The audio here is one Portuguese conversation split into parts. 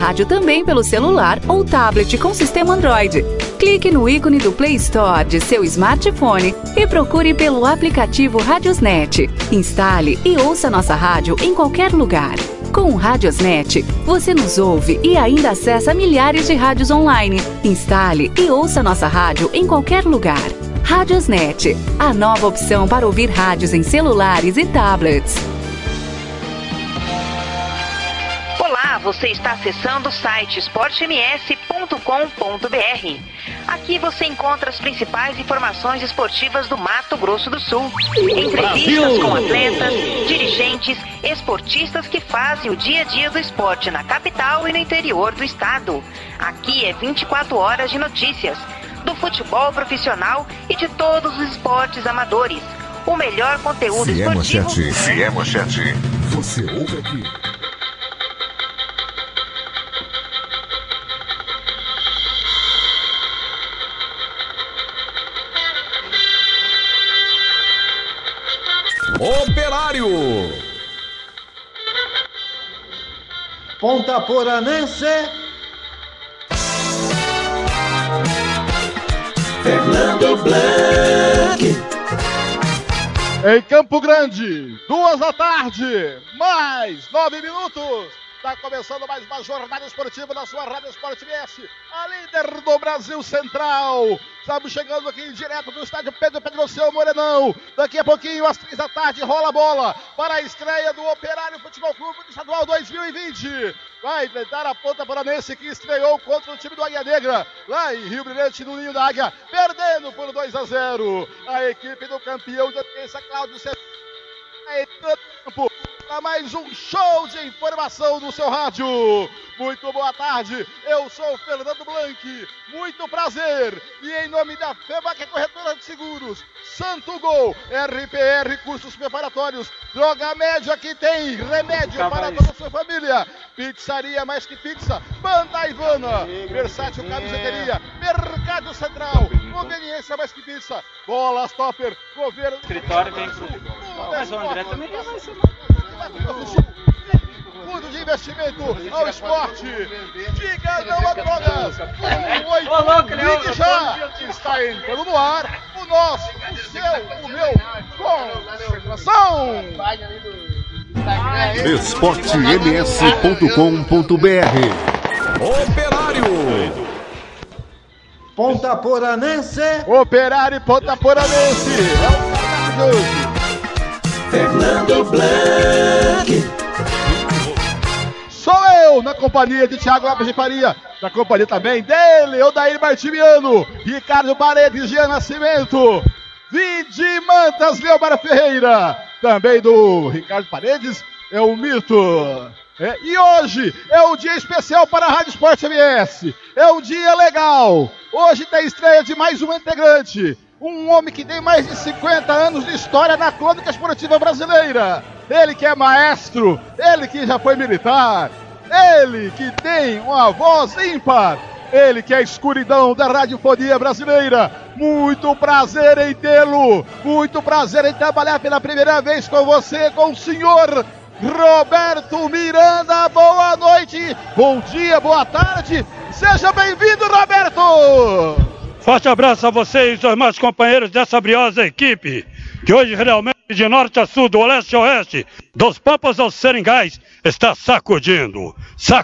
Rádio também pelo celular ou tablet com sistema Android. Clique no ícone do Play Store de seu smartphone e procure pelo aplicativo Radiosnet. Instale e ouça nossa rádio em qualquer lugar. Com o Radiosnet, você nos ouve e ainda acessa milhares de rádios online. Instale e ouça nossa rádio em qualquer lugar. Radiosnet, a nova opção para ouvir rádios em celulares e tablets. Olá, você está acessando o site esportems.com.br. Aqui você encontra as principais informações esportivas do Mato Grosso do Sul. Entrevistas com atletas, dirigentes, esportistas que fazem o dia a dia do esporte na capital e no interior do estado. Aqui é 24 horas de notícias do futebol profissional e de todos os esportes amadores. O melhor conteúdo esportivo. Se é manchete, você ouve aqui. Operário. Ponta Poranense. Fernando Blanc. Em Campo Grande, 2h, mais 9 minutos. Está começando mais uma jornada esportiva da sua Rádio Sport MS, a líder do Brasil Central. Estamos chegando aqui direto do estádio Pedro Pedroceu Morenão. Daqui a pouquinho, às 3h, rola a bola para a estreia do Operário Futebol Clube do Estadual 2020. Vai enfrentar a Ponta Poranense, que estreou contra o time do Águia Negra, lá em Rio Brilhante, no Ninho da Águia, perdendo por 2-0. A equipe do campeão de defesa, Cláudio César, para mais um show de informação no seu rádio. Muito boa tarde, eu sou o Fernando Blanc, muito prazer. E em nome da FEBAC Corretora de Seguros, Santo Gol, RPR Cursos Preparatórios, Droga Média, que tem remédio para toda a sua família, Pizzaria Mais Que Pizza, Banda Ivana, Versátil Camiseteria, Mercado Central, Conveniência Mais Que Pizza, Bolas Topper, Governo... Escritório vem pro... Mas o André também vai ser... Fundo de investimento ao esporte. Diga não a drogas. 1-8, ligue já. Está entrando no ar o nosso, o seu, o meu, concentração. esportems.com.br. Operário. Ponta Poranense. Operário e Ponta Poranense. É o cardápio de hoje. Fernando Blanc. Sou eu, na companhia de Thiago Lopes de Faria, na companhia também dele, Odair Martimiano, Ricardo Paredes, Jean Nascimento, Vidi Mantas, Leomar Ferreira, também do Ricardo Paredes, é o Mito. E hoje é um dia especial para a Rádio Sport MS, é um dia legal. Hoje tem estreia de mais um integrante, um homem que tem mais de 50 anos de história na crônica esportiva brasileira. Ele que é maestro, ele que já foi militar, ele que tem uma voz ímpar, ele que é a escuridão da radiofonia brasileira. Muito prazer em tê-lo, muito prazer em trabalhar pela primeira vez com você, com o senhor Roberto Miranda. Boa noite, bom dia, boa tarde, seja bem-vindo, Roberto! Forte abraço a vocês, os meus companheiros dessa briosa equipe, que hoje realmente de norte a sul, do leste a oeste, dos Pampas aos Seringais, está sacudindo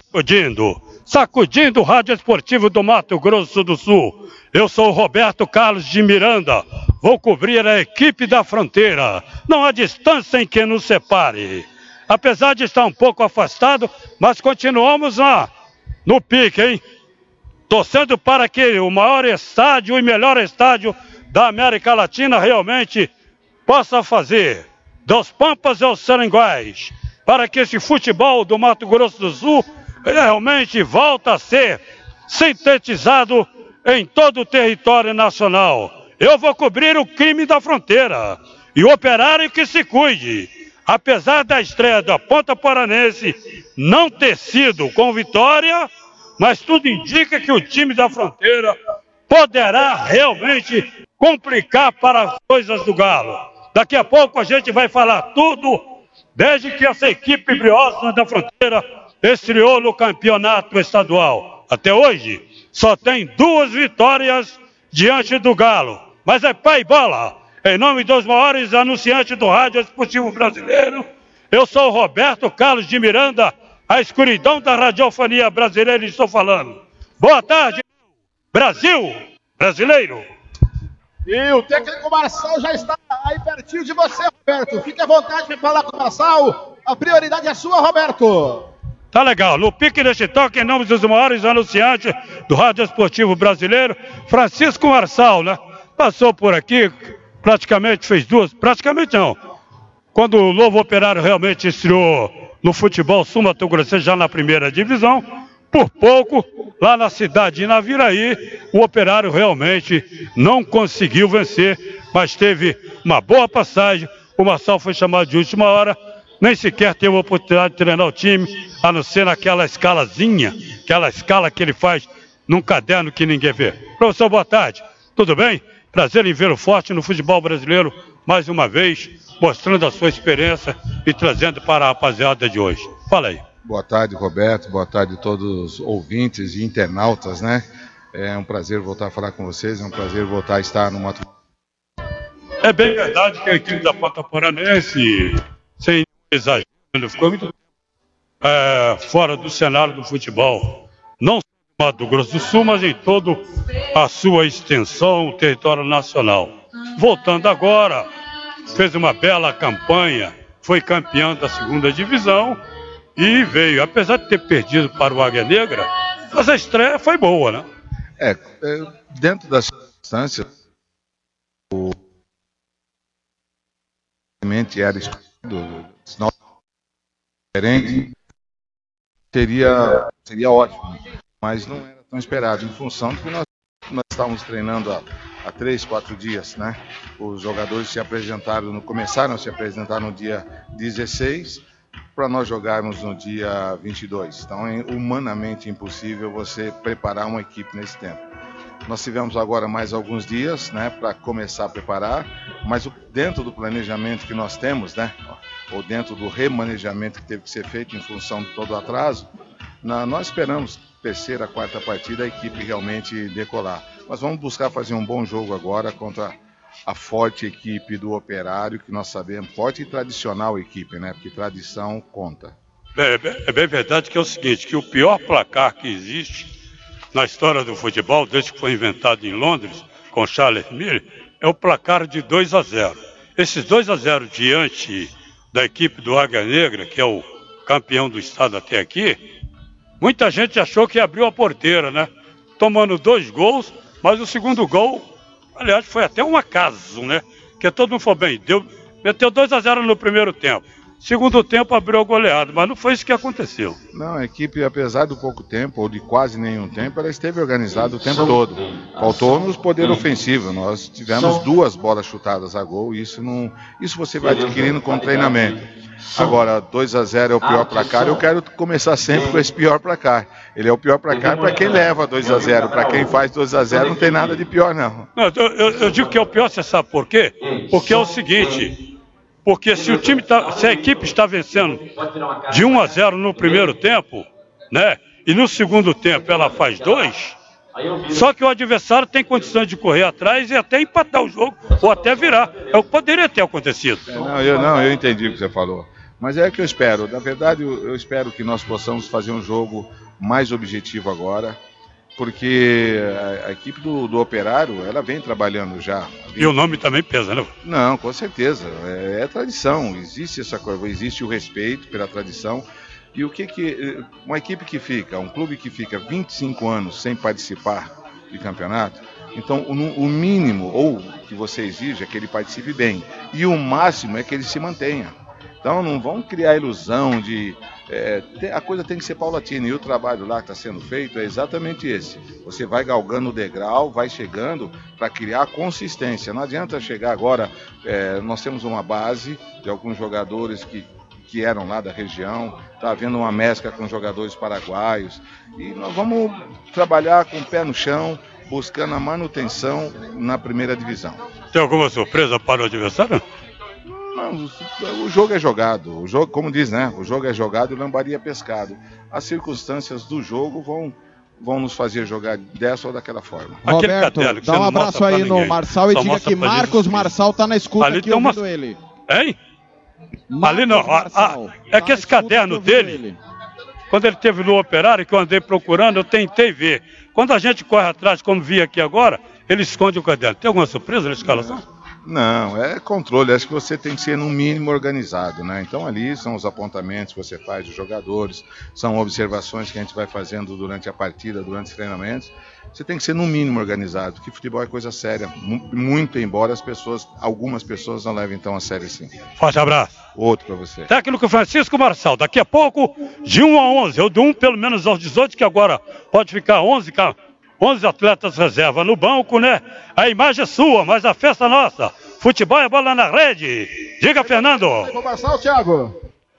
o rádio esportivo do Mato Grosso do Sul. Eu sou o Roberto Carlos de Miranda, vou cobrir a equipe da fronteira, não há distância em que nos separe. Apesar de estar um pouco afastado, mas continuamos lá, no pique, hein? Torcendo para que o maior estádio e melhor estádio da América Latina realmente possa fazer dos Pampas aos Seringais, para que esse futebol do Mato Grosso do Sul realmente volta a ser sintetizado em todo o território nacional. Eu vou cobrir o crime da fronteira e o Operário que se cuide. Apesar da estreia da Ponta Poranense não ter sido com vitória, mas tudo indica que o time da fronteira poderá realmente complicar para as coisas do Galo. Daqui a pouco a gente vai falar tudo, desde que essa equipe briosa da fronteira estreou no campeonato estadual. Até hoje, só tem 2 vitórias diante do Galo. Mas é pai bola. Em nome dos maiores anunciantes do rádio esportivo brasileiro, eu sou o Roberto Carlos de Miranda, a escuridão da radiofonia brasileira, estou falando. Boa tarde, Brasil brasileiro. E o técnico Marçal já está aí pertinho de você, Roberto. Fique à vontade de falar com o Marçal. A prioridade é sua, Roberto. Tá legal. No pique deste toque, em nome dos maiores anunciantes do rádio esportivo brasileiro, Francisco Marçal, né? Passou por aqui, praticamente fez 2, praticamente não. Quando o Novo Operário realmente estreou no futebol sul-mato-grossense já na primeira divisão, por pouco, lá na cidade de Naviraí, o Operário realmente não conseguiu vencer, mas teve uma boa passagem. O Marçal foi chamado de última hora, nem sequer teve a oportunidade de treinar o time, a não ser naquela escalazinha, aquela escala que ele faz num caderno que ninguém vê. Professor, boa tarde, tudo bem? Prazer em vê-lo forte no futebol brasileiro, mais uma vez, mostrando a sua experiência e trazendo para a rapaziada de hoje. Fala aí. Boa tarde, Roberto. Boa tarde a todos os ouvintes e internautas, né? É um prazer voltar a falar com vocês, é um prazer voltar a estar no Mato. É bem verdade que a equipe da Ponta Poranense, sem exagero, ficou muito fora do cenário do futebol. Não só no Mato Grosso do Sul, mas em toda a sua extensão, o território nacional. Voltando agora, fez uma bela campanha, foi campeão da segunda divisão e veio, apesar de ter perdido para o Águia Negra, mas a estreia foi boa, né? Dentro das circunstâncias, o era escolhido, diferente, seria ótimo, mas não era tão esperado, em função do que nós estávamos treinando há 3, 4 dias, né? Os jogadores começaram a se apresentar no dia 16, para nós jogarmos no dia 22. Então é humanamente impossível você preparar uma equipe nesse tempo. Nós tivemos agora mais alguns dias, né, para começar a preparar, mas dentro do planejamento que nós temos, né, ou dentro do remanejamento que teve que ser feito em função de todo o atraso, nós esperamos terceira, quarta partida a equipe realmente decolar. Mas vamos buscar fazer um bom jogo agora contra a forte equipe do Operário, que nós sabemos, forte e tradicional equipe, né? Porque tradição conta. É bem verdade que é o seguinte, que o pior placar que existe na história do futebol, desde que foi inventado em Londres, com Charles Miller, é o placar de 2-0. Esses 2-0 diante da equipe do Águia Negra, que é o campeão do estado até aqui, muita gente achou que abriu a porteira, né? Tomando 2 gols, mas o segundo gol, aliás, foi até um acaso, né? Porque todo mundo foi bem, meteu 2-0 no primeiro tempo. Segundo tempo abriu a goleada, mas não foi isso que aconteceu. Não, a equipe, apesar do pouco tempo, ou de quase nenhum tempo, ela esteve organizada o tempo todo. Faltou-nos poder ofensivo. Nós tivemos 2 bolas chutadas a gol, e isso você vai adquirindo com treinamento. Agora, 2-0 é o pior placar, eu quero começar sempre com esse pior placar. Ele é o pior placar para quem leva 2-0, para quem faz 2-0 não tem nada de pior, não. Eu digo que é o pior, você sabe por quê? Porque é o seguinte... Porque se a equipe está vencendo de 1-0 no primeiro tempo, né? E no segundo tempo ela faz 2, só que o adversário tem condições de correr atrás e até empatar o jogo, ou até virar. É o que poderia ter acontecido. Eu entendi o que você falou. Mas é o que eu espero. Na verdade, eu espero que nós possamos fazer um jogo mais objetivo agora. Porque a equipe do Operário, ela vem trabalhando já. E o nome também pesa, né? Não, com certeza. É tradição, existe essa coisa, existe o respeito pela tradição. E o que uma equipe que fica, um clube que fica 25 anos sem participar de campeonato, então o mínimo, ou que você exige, é que ele participe bem. E o máximo é que ele se mantenha. Então não vão criar a ilusão de... a coisa tem que ser paulatina, e o trabalho lá que está sendo feito é exatamente esse. Você vai galgando o degrau, vai chegando para criar consistência. Não adianta chegar agora, nós temos uma base de alguns jogadores que eram lá da região, está havendo uma mescla com jogadores paraguaios, e nós vamos trabalhar com o pé no chão, buscando a manutenção na primeira divisão. Tem alguma surpresa para o adversário? Não, o jogo é jogado. O jogo, como diz, né? O jogo é jogado e lambaria é pescado. As circunstâncias do jogo vão nos fazer jogar dessa ou daquela forma. Roberto, dá um abraço aí no Marçal e diga que Marcos Marçal tá na escuta ali aqui ouvindo ele. Hein? Ali não. É que esse caderno dele, quando ele esteve no Operário, que eu andei procurando, eu tentei ver. Quando a gente corre atrás, como vi aqui agora, ele esconde o caderno. Tem alguma surpresa na escalação? Não, é controle. Acho que você tem que ser, no mínimo, organizado, né? Então, ali são os apontamentos que você faz dos jogadores, são observações que a gente vai fazendo durante a partida, durante os treinamentos. Você tem que ser, no mínimo, organizado, porque futebol é coisa séria. Muito, embora algumas pessoas não levem tão a sério assim. Forte abraço. Outro para você. Técnico Francisco Marçal, daqui a pouco, de 1 a 11, ou de 1 pelo menos aos 18, que agora pode ficar 11 atletas reserva no banco, né? A imagem é sua, mas a festa é nossa. Futebol é bola na rede. Diga, Fernando. Marçal, Thiago.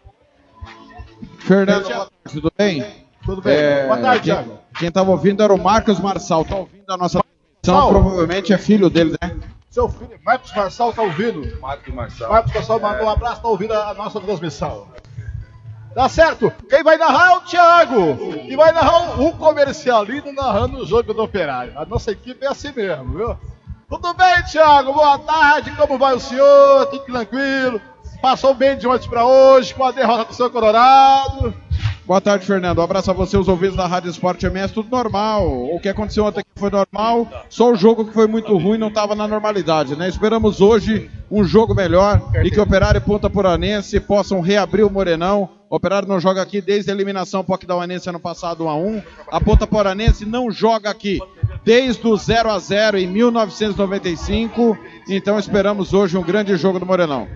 Fernando, tudo bem? Tudo bem. Boa tarde, Thiago. Quem estava ouvindo era o Marcos Marçal. Está ouvindo a nossa transmissão, provavelmente é filho dele, né? Seu filho, Marcos Marçal, está ouvindo? Marcos Marçal mandou um abraço, está ouvindo a nossa transmissão. Tá certo? Quem vai narrar é o Thiago. E vai narrar um comercialino narrando o jogo do Operário. A nossa equipe é assim mesmo, viu? Tudo bem, Thiago? Boa tarde. Como vai o senhor? Tudo tranquilo? Passou bem de ontem para hoje com a derrota do seu Colorado? Boa tarde, Fernando. Um abraço a você, os ouvintes da Rádio Esporte MS. Tudo normal. O que aconteceu ontem foi normal. Só o jogo que foi muito ruim não estava na normalidade, né? Esperamos hoje um jogo melhor e que Operário e Ponta Poranense possam reabrir o Morenão. O Operário não joga aqui desde a eliminação pro Aquidauanense ano passado 1-1. A Ponta Poranense não joga aqui desde o 0-0 em 1995. Então esperamos hoje um grande jogo do Morenão.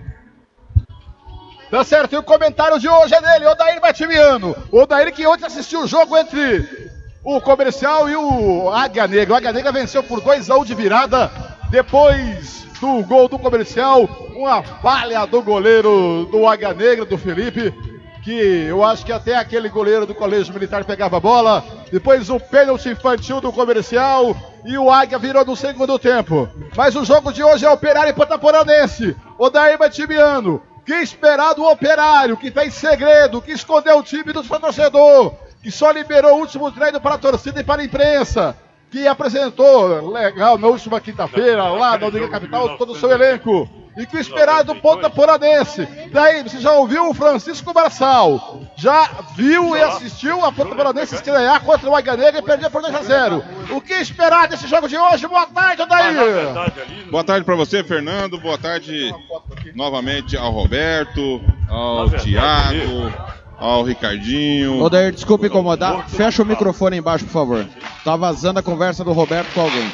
Tá certo, e o comentário de hoje é dele, Odair Batimiano. Odair que ontem assistiu o jogo entre o Comercial e o Águia Negra. O Águia Negra venceu por 2-1 de virada, depois do gol do Comercial, uma falha do goleiro do Águia Negra, do Felipe, que eu acho que até aquele goleiro do Colégio Militar pegava a bola. Depois o pênalti infantil do Comercial e o Águia virou no segundo tempo. Mas o jogo de hoje é Operário e Ponta Poranense. Odair Batimiano. Que esperar do Operário, que fez segredo, que escondeu o time do seu torcedor, que só liberou o último treino para a torcida e para a imprensa, que apresentou legal na última quinta-feira, lá na Liga Capital, todo o seu elenco. E que esperar do Ponta Poranense. Daí, você já ouviu o Francisco Marçal, já viu e assistiu a Ponta Poranense estrear contra o Águia Negra e perder por 2-0. O que esperar desse jogo de hoje? Boa tarde, Odair. Boa tarde para você, Fernando. Boa tarde novamente ao Roberto, ao Thiago, ao Ricardinho. Odair, desculpe incomodar. Fecha o microfone embaixo, por favor. Tá vazando a conversa do Roberto com alguém.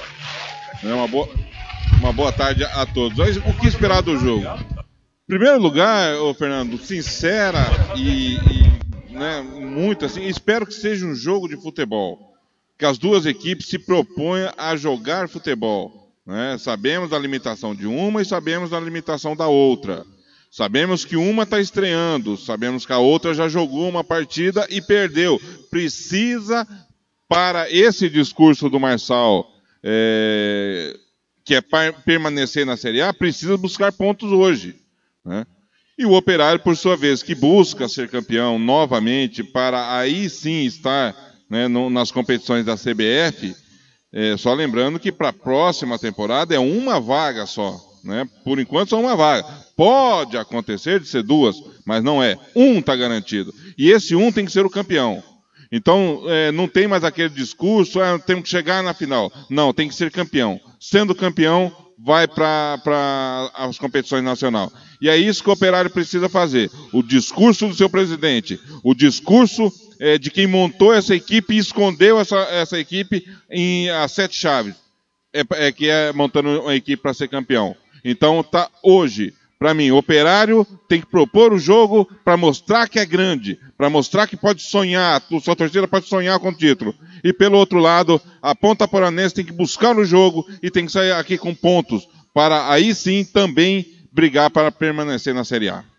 É uma boa tarde a todos. O que esperar do jogo? Em primeiro lugar, Fernando, sincera e né, muito assim, espero que seja um jogo de futebol. Que as duas equipes se proponham a jogar futebol. Né? Sabemos da limitação de uma e sabemos da limitação da outra. Sabemos que uma está estreando, sabemos que a outra já jogou uma partida e perdeu. Precisa, para esse discurso do Marçal, que é permanecer na Série A, precisa buscar pontos hoje. Né? E o Operário, por sua vez, que busca ser campeão novamente, para aí sim estar, né, nas competições da CBF, só lembrando que para a próxima temporada é uma vaga só. Né? Por enquanto só uma vaga. Pode acontecer de ser duas, mas não é. Um está garantido. E esse um tem que ser o campeão. Então, não tem mais aquele discurso, temos que chegar na final. Não, tem que ser campeão. Sendo campeão, vai para as competições nacionais. E é isso que o Operário precisa fazer. O discurso do seu presidente, o discurso de quem montou essa equipe e escondeu essa equipe em as 7 chaves, que é montando uma equipe para ser campeão. Então, tá hoje. Para mim, o Operário tem que propor o jogo para mostrar que é grande, para mostrar que pode sonhar, a sua torcida pode sonhar com o título. E pelo outro lado, a Ponta Poranense tem que buscar no jogo e tem que sair aqui com pontos, para aí sim também brigar para permanecer na Série A.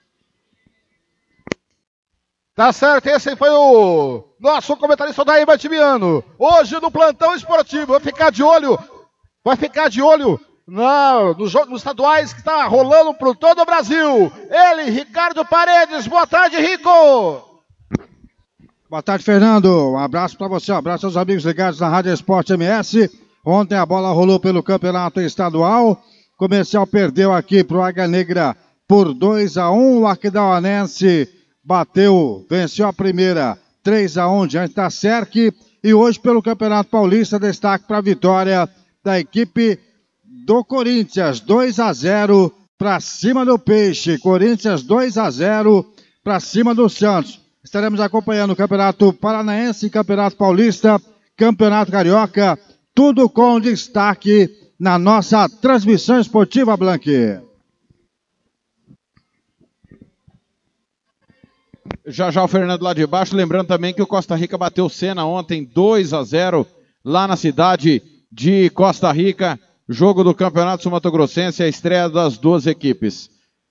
Tá certo, esse foi o nosso comentarista Odair Batimiano. Hoje no Plantão Esportivo, vai ficar de olho nos estaduais que está rolando por todo o Brasil. Ele, Ricardo Paredes. Boa tarde, Rico. Boa tarde, Fernando. Um abraço para você, um abraço aos amigos ligados na Rádio Esporte MS. Ontem a bola rolou pelo campeonato estadual. Comercial perdeu aqui para o Águia Negra por 2-1. O Aquidauanense venceu a primeira 3-1 diante da Cerc. E hoje pelo Campeonato Paulista, destaque para a vitória da equipe do Corinthians, 2-0 para cima do Peixe. Corinthians 2-0 para cima do Santos. Estaremos acompanhando o Campeonato Paranaense, Campeonato Paulista, Campeonato Carioca, tudo com destaque na nossa transmissão esportiva, Blanqui. Já o Fernando lá de baixo, lembrando também que o Costa Rica bateu o Sena ontem, 2-0, lá na cidade de Costa Rica. Jogo do Campeonato Sul-Mato-Grossense, a estreia das duas equipes.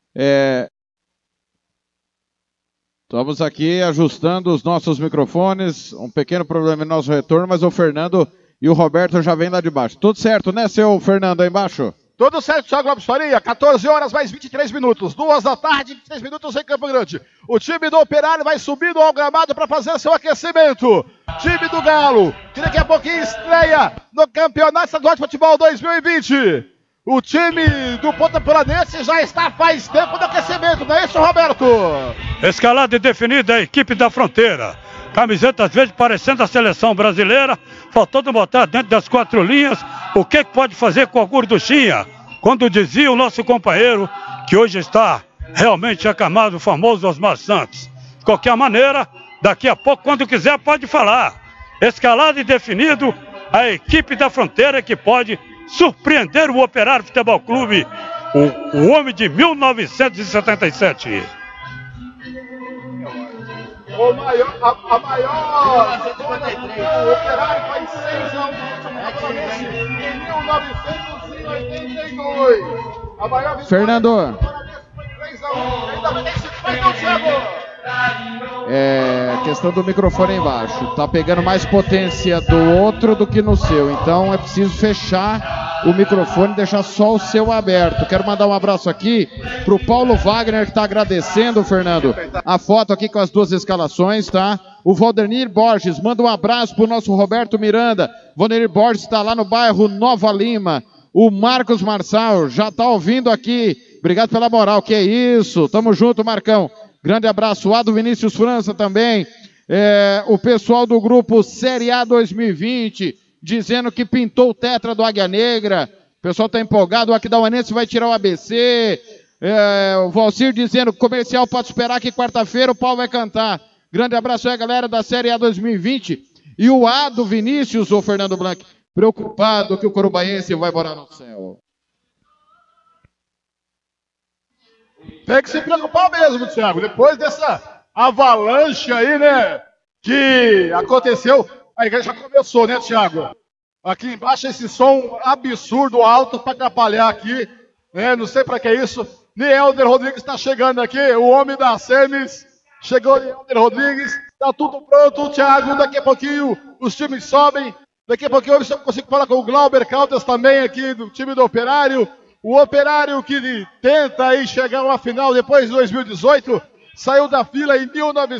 Estamos aqui ajustando os nossos microfones, um pequeno problema no nosso retorno, mas o Fernando e o Roberto já vêm lá de baixo. Tudo certo, né, seu Fernando, aí embaixo? Tudo certo, Thiago Lopes Faria, 14 horas mais 23 minutos, 2 da tarde, 23 minutos em Campo Grande. O time do Operário vai subindo ao gramado para fazer seu aquecimento. Time do Galo, que daqui a pouquinho estreia no Campeonato Estadual de Futebol 2020. O time do Ponta Poranense já está faz tempo no aquecimento, não é isso, Roberto? Escalada e definida a equipe da Fronteira. Camiseta às vezes parecendo a seleção brasileira, faltando botar dentro das 4 linhas o que pode fazer com a gorduchinha. Quando dizia o nosso companheiro que hoje está realmente acamado, o famoso Osmar Santos. De qualquer maneira, daqui a pouco, quando quiser, pode falar. Escalada e definido a equipe da Fronteira que pode surpreender o Operário Futebol Clube, o homem de 1977. A maior o Operário foi 6-1 em 1982. A maior Fernando. Questão do microfone embaixo. Tá pegando mais potência do outro do que no seu. Então é preciso fechar o microfone e deixar só o seu aberto. Quero mandar um abraço aqui pro Paulo Wagner, que tá agradecendo, Fernando, a foto aqui com as duas escalações, tá? O Valdemir Borges manda um abraço pro nosso Roberto Miranda. Valdemir Borges está lá no bairro Nova Lima. O Marcos Marçal já tá ouvindo aqui. Obrigado pela moral. Que é isso? Tamo junto, Marcão. Grande abraço. A do Vinícius França também. O pessoal do grupo Série A 2020 dizendo que pintou o tetra do Águia Negra. O pessoal está empolgado. O Aquidauanense vai tirar o ABC. O Valcir dizendo que o comercial pode esperar que quarta-feira o pau vai cantar. Grande abraço aí, galera da Série A 2020. E o A do Vinícius, o Fernando Blanc, preocupado que o Corumbaense vai morar no céu. Tem que se preocupar mesmo, Thiago. Depois dessa avalanche aí, né, que aconteceu, a igreja já começou, né, Thiago? Aqui embaixo esse som absurdo, alto, para atrapalhar aqui, né, não sei para que isso. Nielder Rodrigues está chegando aqui, o homem da Semis. Chegou Nielder Rodrigues, tá tudo pronto, Thiago. Daqui a pouquinho os times sobem. Daqui a pouquinho eu consigo falar com o Glauber Caldas também aqui do time do Operário. O Operário que tenta aí chegar a uma final depois de 2018, saiu da fila em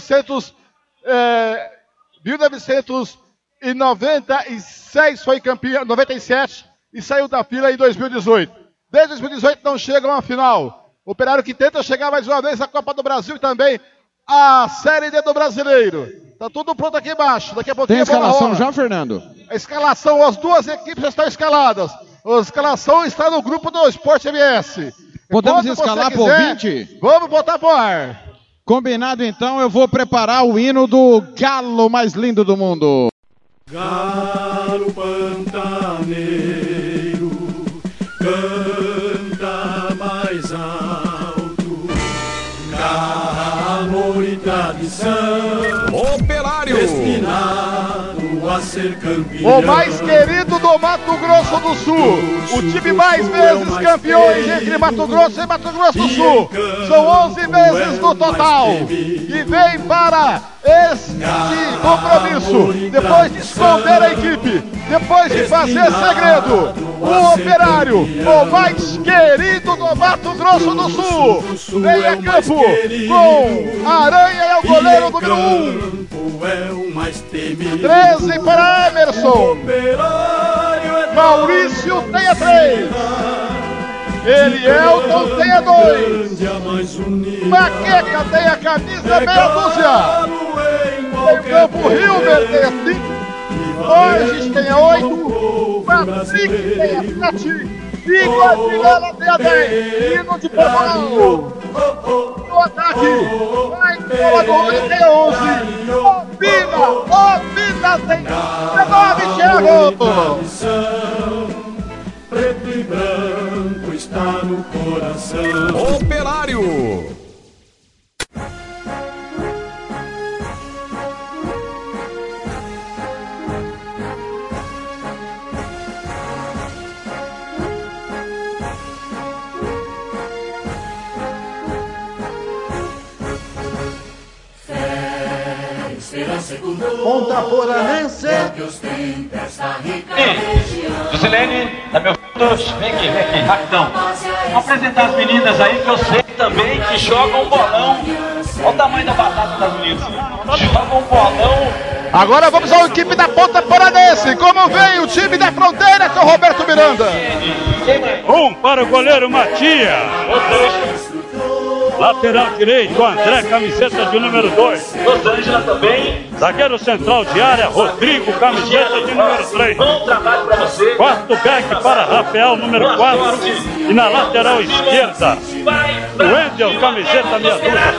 1996, foi campeão, 97, e saiu da fila em 2018. Desde 2018 não chega a uma final. O Operário que tenta chegar mais uma vez à Copa do Brasil e também a Série D do Brasileiro. Tá tudo pronto aqui embaixo. Daqui a pouquinho tem escalação já, Fernando? A escalação, as duas equipes já estão escaladas. A escalação está no grupo do Esporte MS. Podemos escalar pro ouvinte? Vamos botar pro ar. Combinado então, eu vou preparar o hino do Galo mais lindo do mundo. Galo pantaneiro, canta mais alto, amor e tradição, Operário, destinado a ser campeão. O mais querido do Mato Grosso do Sul, o time mais vezes campeões entre Mato Grosso e Mato Grosso do Sul. São 11 vezes no total. E vem para esse compromisso, depois de esconder a equipe, depois de fazer segredo, o Operário, o mais querido do Mato Grosso do Sul, vem a campo com Aranha é o goleiro número 1. 13 para Emerson. Maurício tem a 3. Elielton tem a 2. Maqueca tem a camisa meia dúzia. Tem o campo Hilber tem a 5. Borges tem a 8. Patrick tem a 7. E Guadirala tem a 10. Hino de Portugal. No ataque, vai Colagoa tem 11. Obina tem 19, Thiago. Preto e branco está no coração. Operário. Ponta Poranense. Lucilene, tá me ouvindo? Vem aqui, rapidão. Vou apresentar as meninas aí que eu sei também que jogam bolão. Olha o tamanho da batata das meninas. Jogam bolão. Agora vamos à equipe da Ponta Poranense. Como vem o time da Fronteira com o Roberto Miranda? Para o goleiro Matias. Lateral direito, André, camiseta de número 2. Rosângela também. Zagueiro central de área, Rodrigo, camiseta de número 3. Bom trabalho para você. Quarto back para Rafael, número 4. E na lateral esquerda, Wendel, camiseta meia dúzia.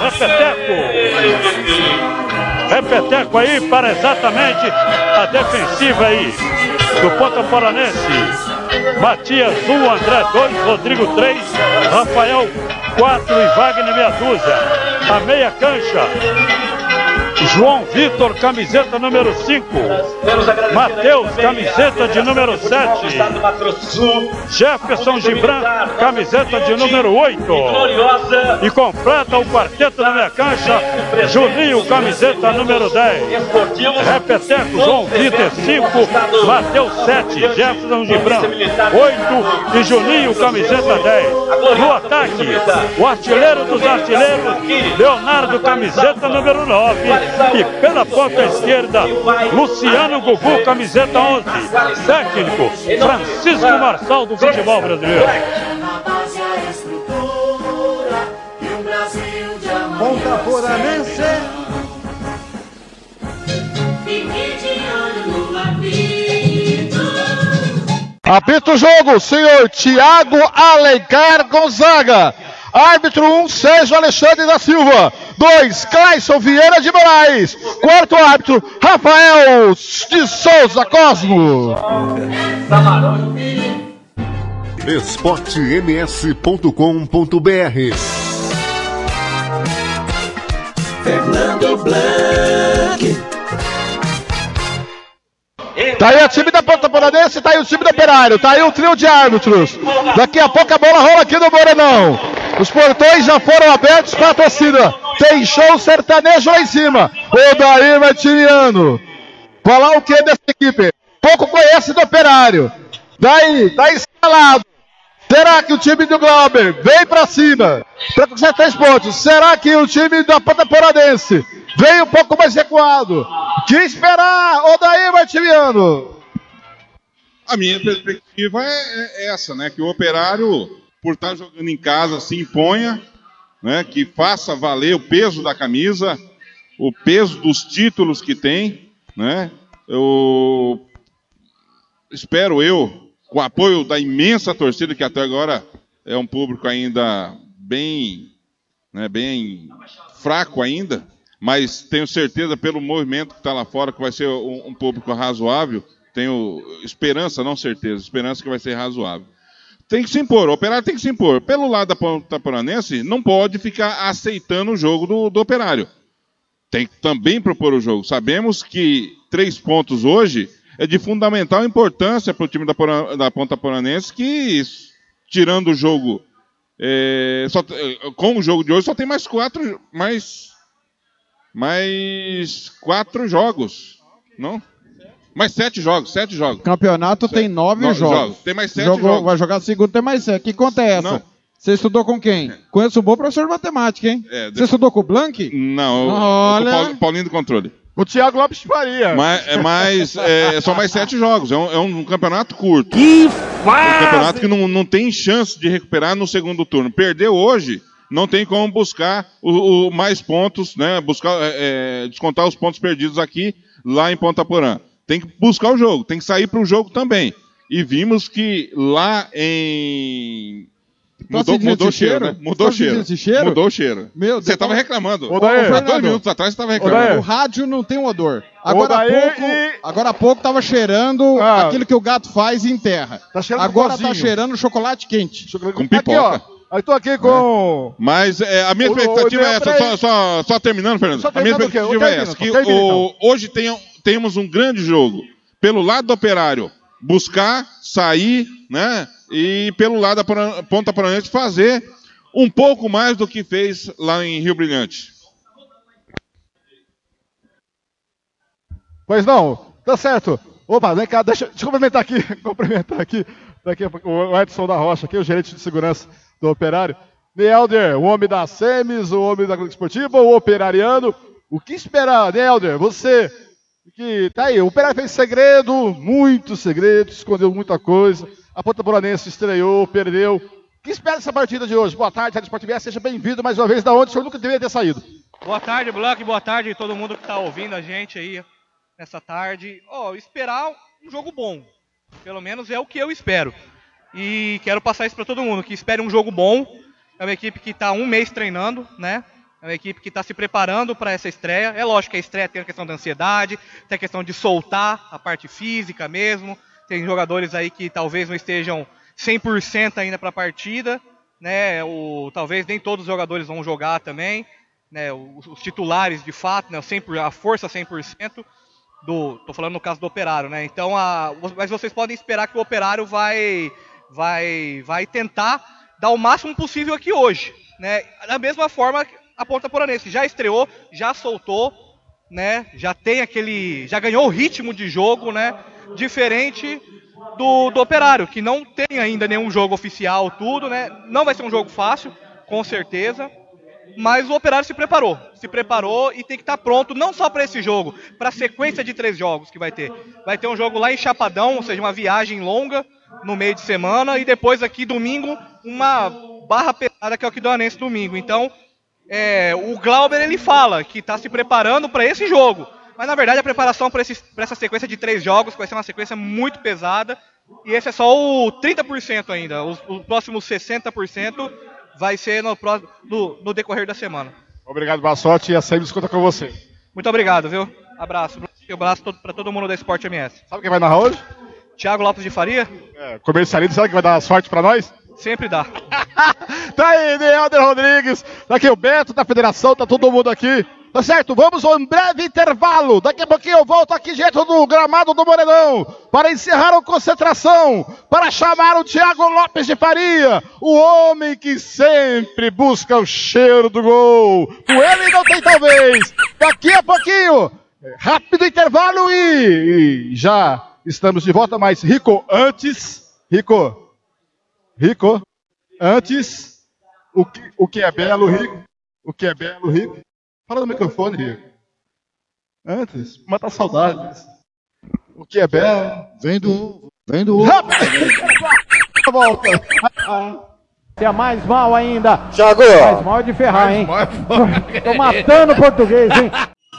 Repeteco aí para exatamente a defensiva aí do Ponta Poranense. Matias 1, André 2, Rodrigo 3, Rafael 4 e Wagner meia dúzia. A meia cancha, João Vitor, camiseta número 5. Matheus, camiseta de número 7. Jefferson Gibran, camiseta de número 8. E completa o quarteto na meia cancha, Juninho, camiseta número 10. Repeteco, João Vitor 5, Matheus 7, Jefferson Gibran 8 e Juninho, camiseta 10. No ataque, o artilheiro dos artilheiros, Leonardo, camiseta número 9. E pela ponta esquerda, Luciano Gugu, camiseta 11. Técnico, Francisco Marçal do futebol brasileiro. Ponta Poranense. Apita o jogo, senhor Tiago Alencar Gonzaga. Árbitro 1, Sérgio Alexandre da Silva. 2, Clayson Vieira de Moraes. Quarto árbitro, Rafael de Souza Cosmo. esportems.com.br. Fernando Blanc. Tá aí o time da Ponta Poranense, tá aí o time do Operário, tá aí o trio de árbitros. Daqui a pouco a bola rola aqui no Morenão. Os portões já foram abertos para a torcida. Tem show sertanejo lá em cima. O Daí Martiniano. Falar o que dessa equipe? Pouco conhece do Operário. Daí, tá escalado. Será que o time do Glauber vem para cima para conquistar 3 pontos? Será que o time da Ponta Poranense vem um pouco mais recuado? Que esperar, Odair Martiniano? A minha perspectiva é essa, né? Que o Operário, por estar jogando em casa, se imponha, né? Que faça valer o peso da camisa, o peso dos títulos que tem, né? Eu espero com o apoio da imensa torcida, que até agora é um público ainda bem fraco ainda, mas tenho certeza, pelo movimento que está lá fora, que vai ser um público razoável. Tenho esperança, não certeza, esperança que vai ser razoável. Tem que se impor, o Operário tem que se impor. Pelo lado da Ponta Poranense, não pode ficar aceitando o jogo do Operário. Tem que também propor o jogo. Sabemos que 3 pontos hoje é de fundamental importância para o time da Ponta Poranense, que, tirando o jogo, com o jogo de hoje, só tem mais mais 4 jogos, não? Mais 7 jogos, 7 jogos. O campeonato tem 9 jogos. Tem mais 7 jogos. Vai jogar segundo, tem mais 7. Que conta é essa? Não. Você estudou com quem? Conheço um bom professor de matemática, hein? Você estudou com o Blank? Não, com o Paulinho do Controle. O Thiago Lopes de Faria. Mas são mais 7 jogos. É um campeonato curto. Que fase! Um campeonato que não tem chance de recuperar no segundo turno. Perdeu hoje, não tem como buscar mais pontos, né? Descontar os pontos perdidos aqui, lá em Ponta Porã. Tem que buscar o jogo, tem que sair para o jogo também. E vimos que lá em... Mudou o cheiro, né? Mudou o cheiro. Mudou o cheiro. Você estava reclamando. Há 2 minutos atrás você estava reclamando. O rádio não tem odor. Agora há pouco estava cheirando aquilo que o gato faz e enterra. Agora está cheirando chocolate quente. Com pipoca. Aqui, aí tô aqui com... Mas a minha expectativa é essa, só terminando, Fernando. A minha expectativa é essa, que hoje temos um grande jogo. Pelo lado do Operário, buscar, sair, né? E pelo lado da Ponta Poranense fazer um pouco mais do que fez lá em Rio Brilhante. Pois não, tá certo. Opa, vem cá, deixa eu cumprimentar aqui daqui o Edson da Rocha, aqui, o gerente de segurança do Operário. Neelder, o homem das semis, o homem da Clube Esportiva, o operariano. O que esperar, Neelder? Você que tá aí, o Operário fez segredo, muito segredo, escondeu muita coisa. A Ponta Poranense estreou, perdeu. O que espera dessa partida de hoje? Boa tarde, Rádio Sport TV, seja bem-vindo mais uma vez, da onde o senhor nunca deveria ter saído. Boa tarde, Blanc, boa tarde a todo mundo que está ouvindo a gente aí nessa tarde. Esperar um jogo bom, pelo menos é o que eu espero. E quero passar isso para todo mundo, que espere um jogo bom. É uma equipe que está 1 mês treinando, né? É uma equipe que está se preparando para essa estreia. É lógico que a estreia tem a questão da ansiedade, tem a questão de soltar a parte física mesmo. Tem jogadores aí que talvez não estejam 100% ainda para a partida, né? Talvez nem todos os jogadores vão jogar também, né? Os titulares de fato, né? A força 100% tô falando no caso do Operário, né? Então, mas vocês podem esperar que o Operário vai tentar dar o máximo possível aqui hoje, né? Da mesma forma, a Ponta Poranense já estreou, já soltou, né? Já ganhou o ritmo de jogo, né? Diferente do Operário, que não tem ainda nenhum jogo oficial, tudo, né? Não vai ser um jogo fácil, com certeza, mas o Operário se preparou e tem que estar pronto, não só para esse jogo, para a sequência de 3 jogos que vai ter. Vai ter um jogo lá em Chapadão, ou seja, uma viagem longa no meio de semana, e depois aqui domingo, uma barra pesada que é o Aquidauanense domingo. Então, o Glauber, ele fala que está se preparando para esse jogo. Mas, na verdade, a preparação para essa sequência de 3 jogos vai ser uma sequência muito pesada. E esse é só o 30% ainda. Os próximos 60% vai ser no decorrer da semana. Obrigado, boa sorte. E a Semis conta com você. Muito obrigado, viu? Abraço. Um abraço para todo mundo da Sport MS. Sabe quem vai narrar hoje? Thiago Lopes de Faria. Comercialista, sabe que vai dar sorte para nós? Sempre dá. Tá aí, Neelder Rodrigues. Tá aqui o Beto da Federação, tá todo mundo aqui. Tá certo, vamos a um breve intervalo. Daqui a pouquinho eu volto aqui dentro do gramado do Morenão para encerrar a concentração, para chamar o Thiago Lopes de Faria, o homem que sempre busca o cheiro do gol. Com ele não tem talvez. Daqui a pouquinho, rápido intervalo e já estamos de volta. Mas Rico, antes, o que é belo, Rico? O que é belo, Rico? Fala no microfone, Rico. Antes, matar saudades. O que é belo? Vem do ovo. Volta. É mais mal ainda. Thiago. Mais mal é de ferrar, hein? Tô matando o português, hein?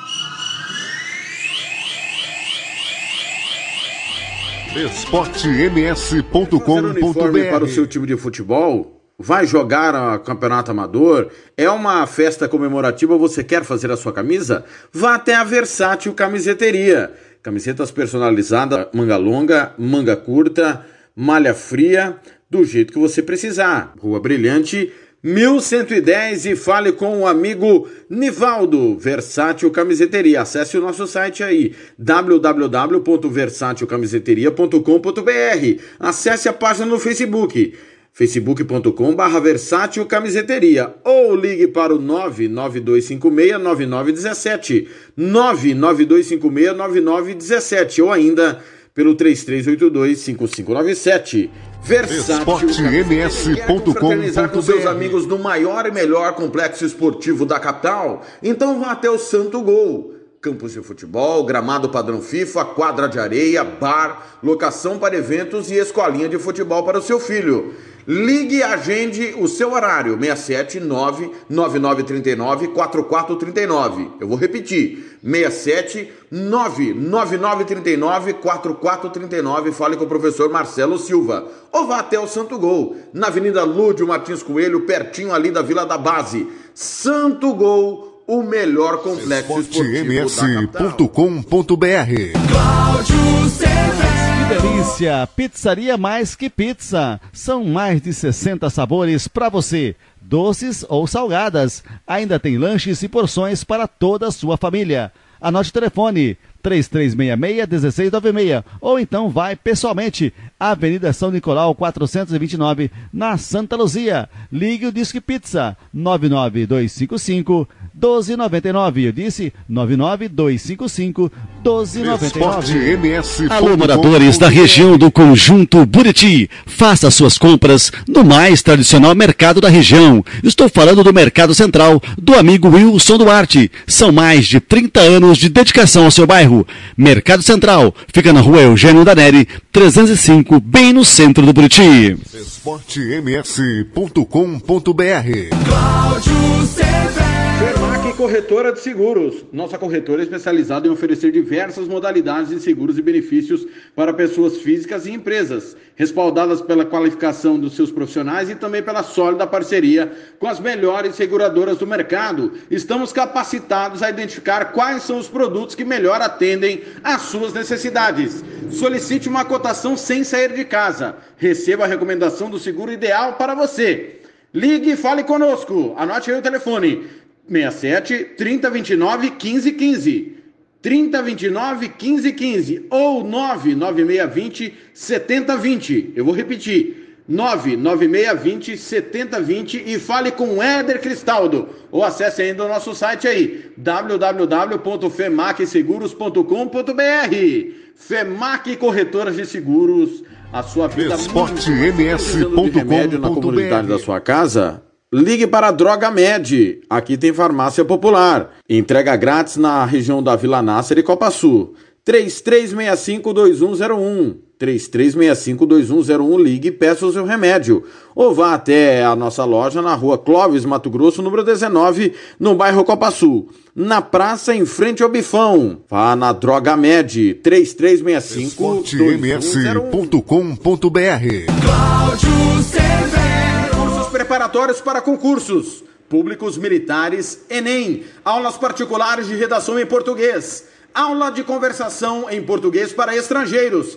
esportems.com.br. Para o seu time de futebol? Vai jogar a campeonato amador? É uma festa comemorativa, você quer fazer a sua camisa? Vá até a Versátil Camiseteria. Camisetas personalizadas, manga longa, manga curta, malha fria, do jeito que você precisar. Rua Brilhante, 1110 e fale com o amigo Nivaldo, Versátil Camiseteria. Acesse o nosso site aí, www.versatilcamiseteria.com.br. Acesse a página no Facebook, facebook.com/versátil camiseteria ou ligue para o 99256-9917, 99256-9917 ou ainda pelo 3382-5597. Versátil esportems.com.br. Fraternizar com seus amigos no maior e melhor complexo esportivo da capital? Então vá até o Santo Gol. Campos de futebol, gramado padrão FIFA, quadra de areia, bar, locação para eventos e escolinha de futebol para o seu filho. Ligue e agende o seu horário, 679-9939-4439. Eu vou repetir, 679-9939-4439. Fale com o professor Marcelo Silva. Ou vá até o Santo Gol, na Avenida Lúdio Martins Coelho, pertinho ali da Vila da Base. Santo Gol, o melhor complexo esportivo da esportems.com.br. Que delícia! Pizzaria Mais Que Pizza. São mais de 60 sabores para você, doces ou salgadas. Ainda tem lanches e porções para toda a sua família. Anote o telefone 3366-1696 ou então vai pessoalmente, Avenida São Nicolau 429, na Santa Luzia. Ligue o Disque Pizza 99255-1299. Eu disse 99255-1299. Alô, moradores da região do Conjunto Buriti, faça suas compras no mais tradicional mercado da região. Estou falando do Mercado Central, do amigo Wilson Duarte. São mais de 30 anos de dedicação ao seu bairro. Mercado Central fica na Rua Eugênio Daneri, 305, bem no centro do Buriti. esportems.com.br. Fermac Corretora de Seguros. Nossa corretora é especializada em oferecer diversas modalidades de seguros e benefícios para pessoas físicas e empresas, respaldadas pela qualificação dos seus profissionais e também pela sólida parceria com as melhores seguradoras do mercado. Estamos capacitados a identificar quais são os produtos que melhor atendem às suas necessidades. Solicite uma cotação sem sair de casa. Receba a recomendação do seguro ideal para você. Ligue e fale conosco. Anote aí o telefone: 67-3029-1515. 3029-1515 ou 99620-7020. Eu vou repetir, 99620-7020 e fale com o Éder Cristaldo. Ou acesse ainda o nosso site aí, www.femacseguros.com.br. Femac Corretoras de Seguros, a sua vida esportems.com.br. na comunidade da sua casa. Ligue para a Droga Med. Aqui tem farmácia popular. Entrega grátis na região da Vila Nácer e Copa Sul. 3365-2101. 3365-2101. Ligue e peça o seu remédio. Ou vá até a nossa loja na Rua Clóvis, Mato Grosso, número 19, no bairro Copa Sul. Na praça, em frente ao Bifão. Vá na Droga Med. 3365-2101. Preparatórios para concursos públicos, militares, Enem, aulas particulares de redação em português, aula de conversação em português para estrangeiros,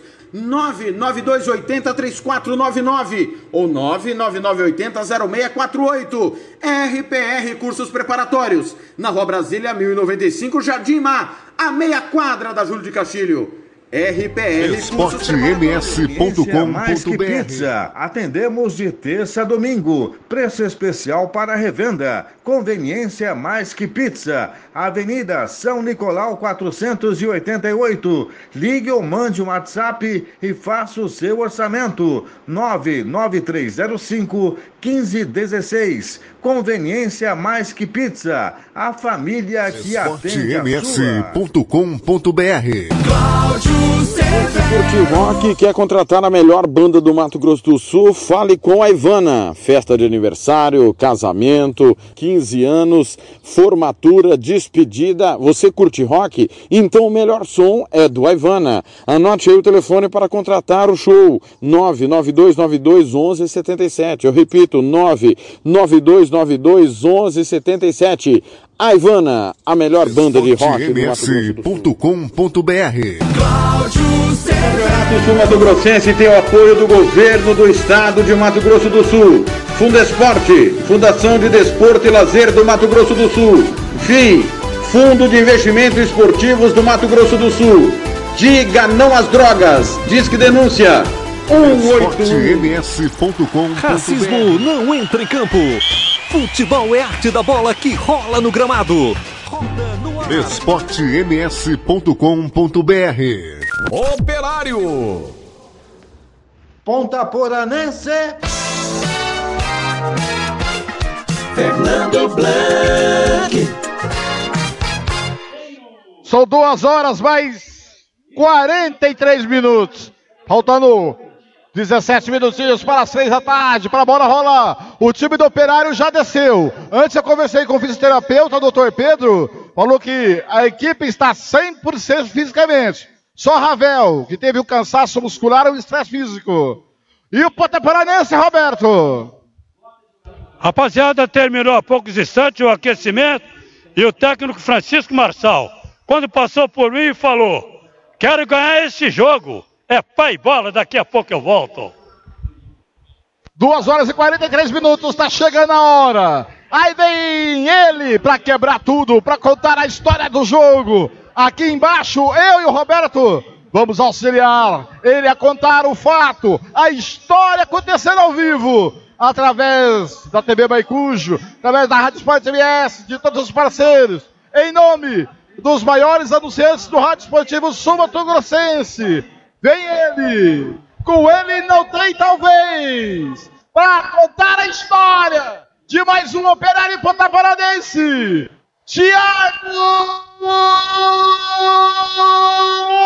99280-3499 ou 99980-0648. RPR Cursos Preparatórios, na Rua Brasília 1095, Jardim Mar, a meia quadra da Júlio de Castilho. RPR esportems.com.br. Mais Que Pizza. Atendemos de terça a domingo. Preço especial para revenda. Conveniência Mais Que Pizza. Avenida São Nicolau 488. Ligue ou mande um WhatsApp e faça o seu orçamento. 99305-1516. Conveniência Mais Que Pizza. A família que atende a sua. esportems.com.br. Curte Rock, quer contratar a melhor banda do Mato Grosso do Sul? Fale com a Ivana. Festa de aniversário, casamento, 15 anos, formatura, despedida. Você curte rock? Então o melhor som é do Ivana. Anote aí o telefone para contratar o show: 99292-1177. Eu repito, 99292-1177. A Ivana, a melhor banda de rock do Mato Grosso do Sul. Campeonato Sul Mato Grossense tem o apoio do governo do estado de Mato Grosso do Sul. Fundesporte, Fundação de Desporto e Lazer do Mato Grosso do Sul. FII, Fundo de Investimentos Esportivos do Mato Grosso do Sul. Diga não às drogas. Disque denúncia esportems.com.br. Racismo não entra em campo. Futebol é arte da bola que rola no gramado. esportems.com.br. Operário. Ponta Poranense. Fernando Blanc. São 2 horas mais 43 minutos. Faltando 17 minutinhos para as 3 da tarde, para a bola rolar. O time do Operário já desceu. Antes eu conversei com o fisioterapeuta, o doutor Pedro, falou que a equipe está 100% fisicamente. Só Ravel, que teve o cansaço muscular e o estresse físico. E o Ponta Poranense, Roberto? Rapaziada, terminou há poucos instantes o aquecimento e o técnico Francisco Marçal, quando passou por mim, falou: quero ganhar esse jogo. É pai bola, daqui a pouco eu volto. 2 horas e 43 minutos, está chegando a hora. Aí vem ele para quebrar tudo, para contar a história do jogo. Aqui embaixo, eu e o Roberto vamos auxiliar ele a contar o fato, a história acontecendo ao vivo, através da TV Maicujo, através da Rádio Esporte MS, de todos os parceiros, em nome dos maiores anunciantes do Rádio Esportivo Sul-Mato-Grossense. Vem ele, com ele não tem talvez, para contar a história de mais um Operário em Ponta Poranense, Thiago